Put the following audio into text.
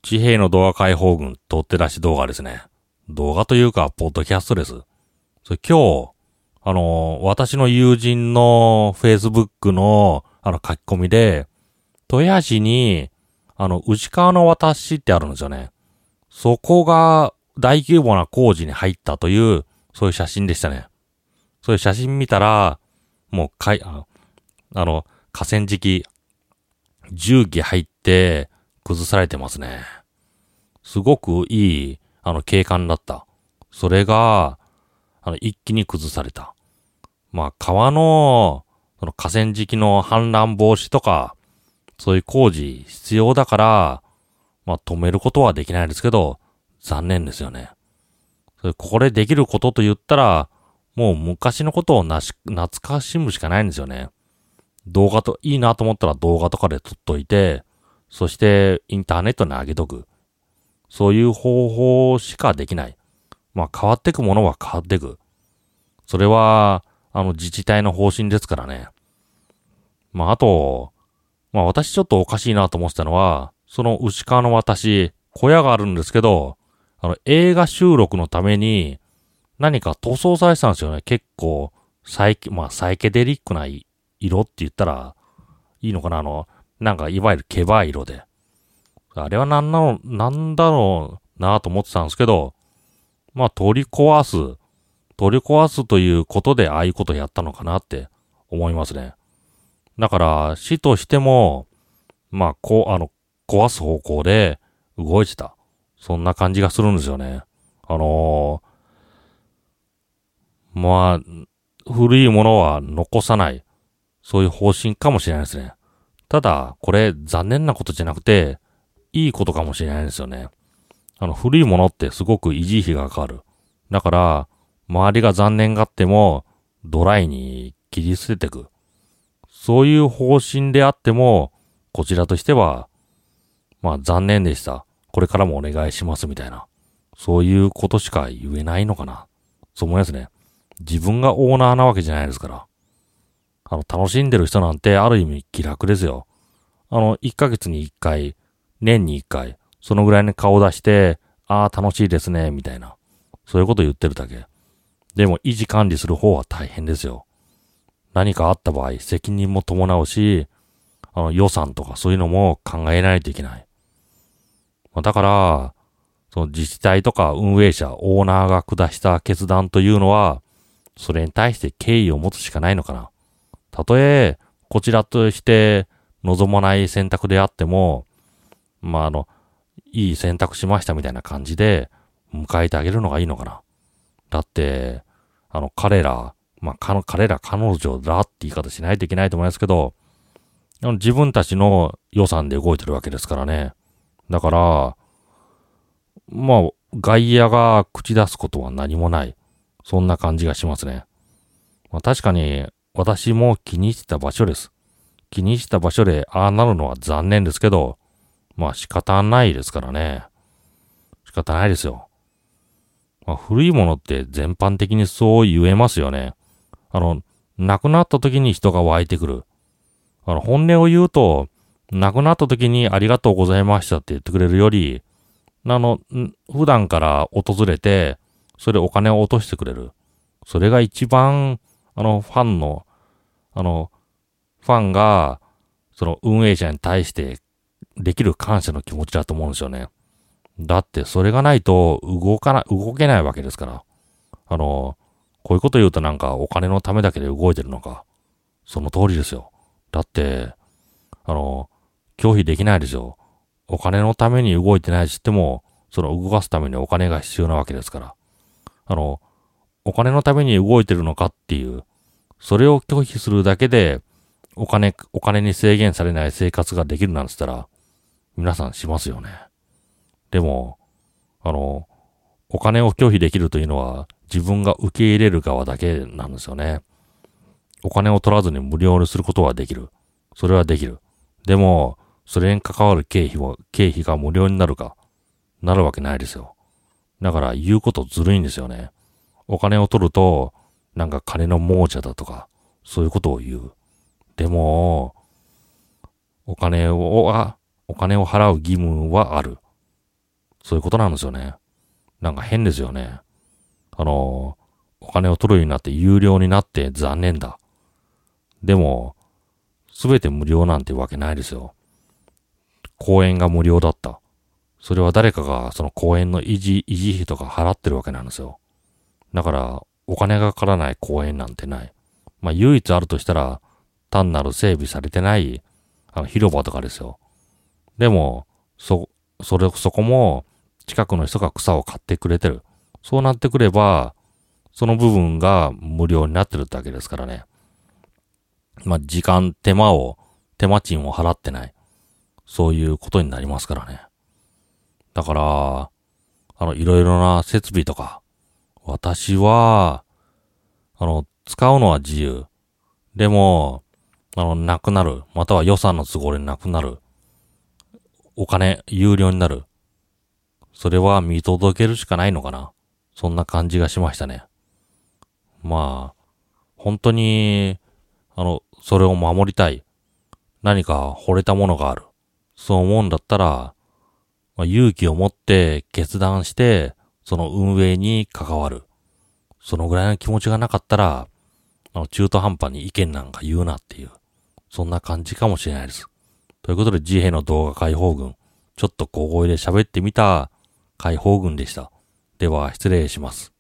地平の動画解放軍取って出し動画ですね。動画というか、ポッドキャストです。それ今日、私の友人の Facebook の、書き込みで、豊橋市に、内川の渡しってあるんですよね。そこが大規模な工事に入ったという、そういう写真でしたね。そういう写真見たら、もう河川敷、重機入って、崩されてますね。すごくいい、景観だった。それが、一気に崩された。まあ、川の、河川敷の氾濫防止とか、そういう工事必要だから、まあ、止めることはできないですけど、残念ですよね。これできることと言ったら、もう昔のことを懐かしむしかないんですよね。動画いいなと思ったら動画とかで撮っといて、そしてインターネットに上げとく。そういう方法しかできない。まあ変わってくものは変わってく。それは、自治体の方針ですからね。まああと、まあ私ちょっとおかしいなと思ってたのは、その牛川の小屋があるんですけど、映画収録のために何か塗装されてたんですよね。結構、サイケデリックな色って言ったらいいのかな。なんかいわゆるケバ色で。あれはなんだろうなと思ってたんですけど、まあ取り壊すということでああいうことやったのかなって思いますね。だから、市としても、まあ、壊す方向で動いてた。そんな感じがするんですよね。まあ、古いものは残さない。そういう方針かもしれないですね。ただ、これ残念なことじゃなくて、いいことかもしれないですよね。古いものってすごく維持費がかかる。だから、周りが残念がっても、ドライに切り捨てていく。そういう方針であっても、こちらとしては、まあ残念でした。これからもお願いしますみたいな。そういうことしか言えないのかな。そう思いますね。自分がオーナーなわけじゃないですから。楽しんでる人なんてある意味気楽ですよ。1ヶ月に1回、年に1回、そのぐらいに顔出して、ああ楽しいですね、みたいな。そういうこと言ってるだけ。でも維持管理する方は大変ですよ。何かあった場合、責任も伴うし、予算とかそういうのも考えないといけない。だから、その自治体とか運営者、オーナーが下した決断というのは、それに対して敬意を持つしかないのかな。たとえ、こちらとして望まない選択であっても、まあいい選択しましたみたいな感じで迎えてあげるのがいいのかな。だって、彼ら、彼女らって言い方しないといけないと思いますけど、自分たちの予算で動いてるわけですからね。だから、まあ、外野が口出すことは何もない。そんな感じがしますね。まあ、確かに、私も気にしてた場所です。気にした場所でああなるのは残念ですけど、まあ仕方ないですからね。仕方ないですよ。まあ、古いものって全般的にそう言えますよね。亡くなった時に人が湧いてくる。本音を言うと、亡くなった時にありがとうございましたって言ってくれるより、普段から訪れて、それでお金を落としてくれる。それが一番、ファンが、その運営者に対してできる感謝の気持ちだと思うんですよね。だってそれがないと動けないわけですから。こういうこと言うとなんかお金のためだけで動いてるのか。その通りですよ。だって、拒否できないですよ。お金のために動いてないしっても、その動かすためにお金が必要なわけですから。お金のために動いてるのかっていう、それを拒否するだけで、お金に制限されない生活ができるなんて言ったら、皆さんしますよね。でも、お金を拒否できるというのは、自分が受け入れる側だけなんですよね。お金を取らずに無料にすることはできる。それはできる。でも、それに関わる経費が無料になるか、なるわけないですよ。だから言うことずるいんですよね。お金を取ると、なんか金の亡者だとか、そういうことを言う。でも、お金を払う義務はある。 そういうことなんですよね。なんか変ですよね。お金を取るようになって有料になって残念だ。でも、すべて無料なんてわけないですよ。公園が無料だった。それは誰かがその公園の維持費とか払ってるわけなんですよ。だから、お金がかからない公園なんてない。まあ、唯一あるとしたら、単なる整備されてない、広場とかですよ。でも、そこも、近くの人が草を買ってくれてる。そうなってくれば、その部分が無料になってるってわけですからね。まあ、手間賃を払ってない。そういうことになりますからね。だから、いろいろな設備とか、私は、使うのは自由。でも、なくなる。または予算の都合でなくなる。お金、有料になる。それは見届けるしかないのかな。そんな感じがしましたね。まあ、本当に、それを守りたい。何か惚れたものがある。そう思うんだったら、勇気を持って決断して、その運営に関わる。そのぐらいの気持ちがなかったら、中途半端に意見なんか言うなっていう。そんな感じかもしれないです。ということで、自閉の動画解放軍。ちょっと小声で喋ってみた解放軍でした。では、失礼します。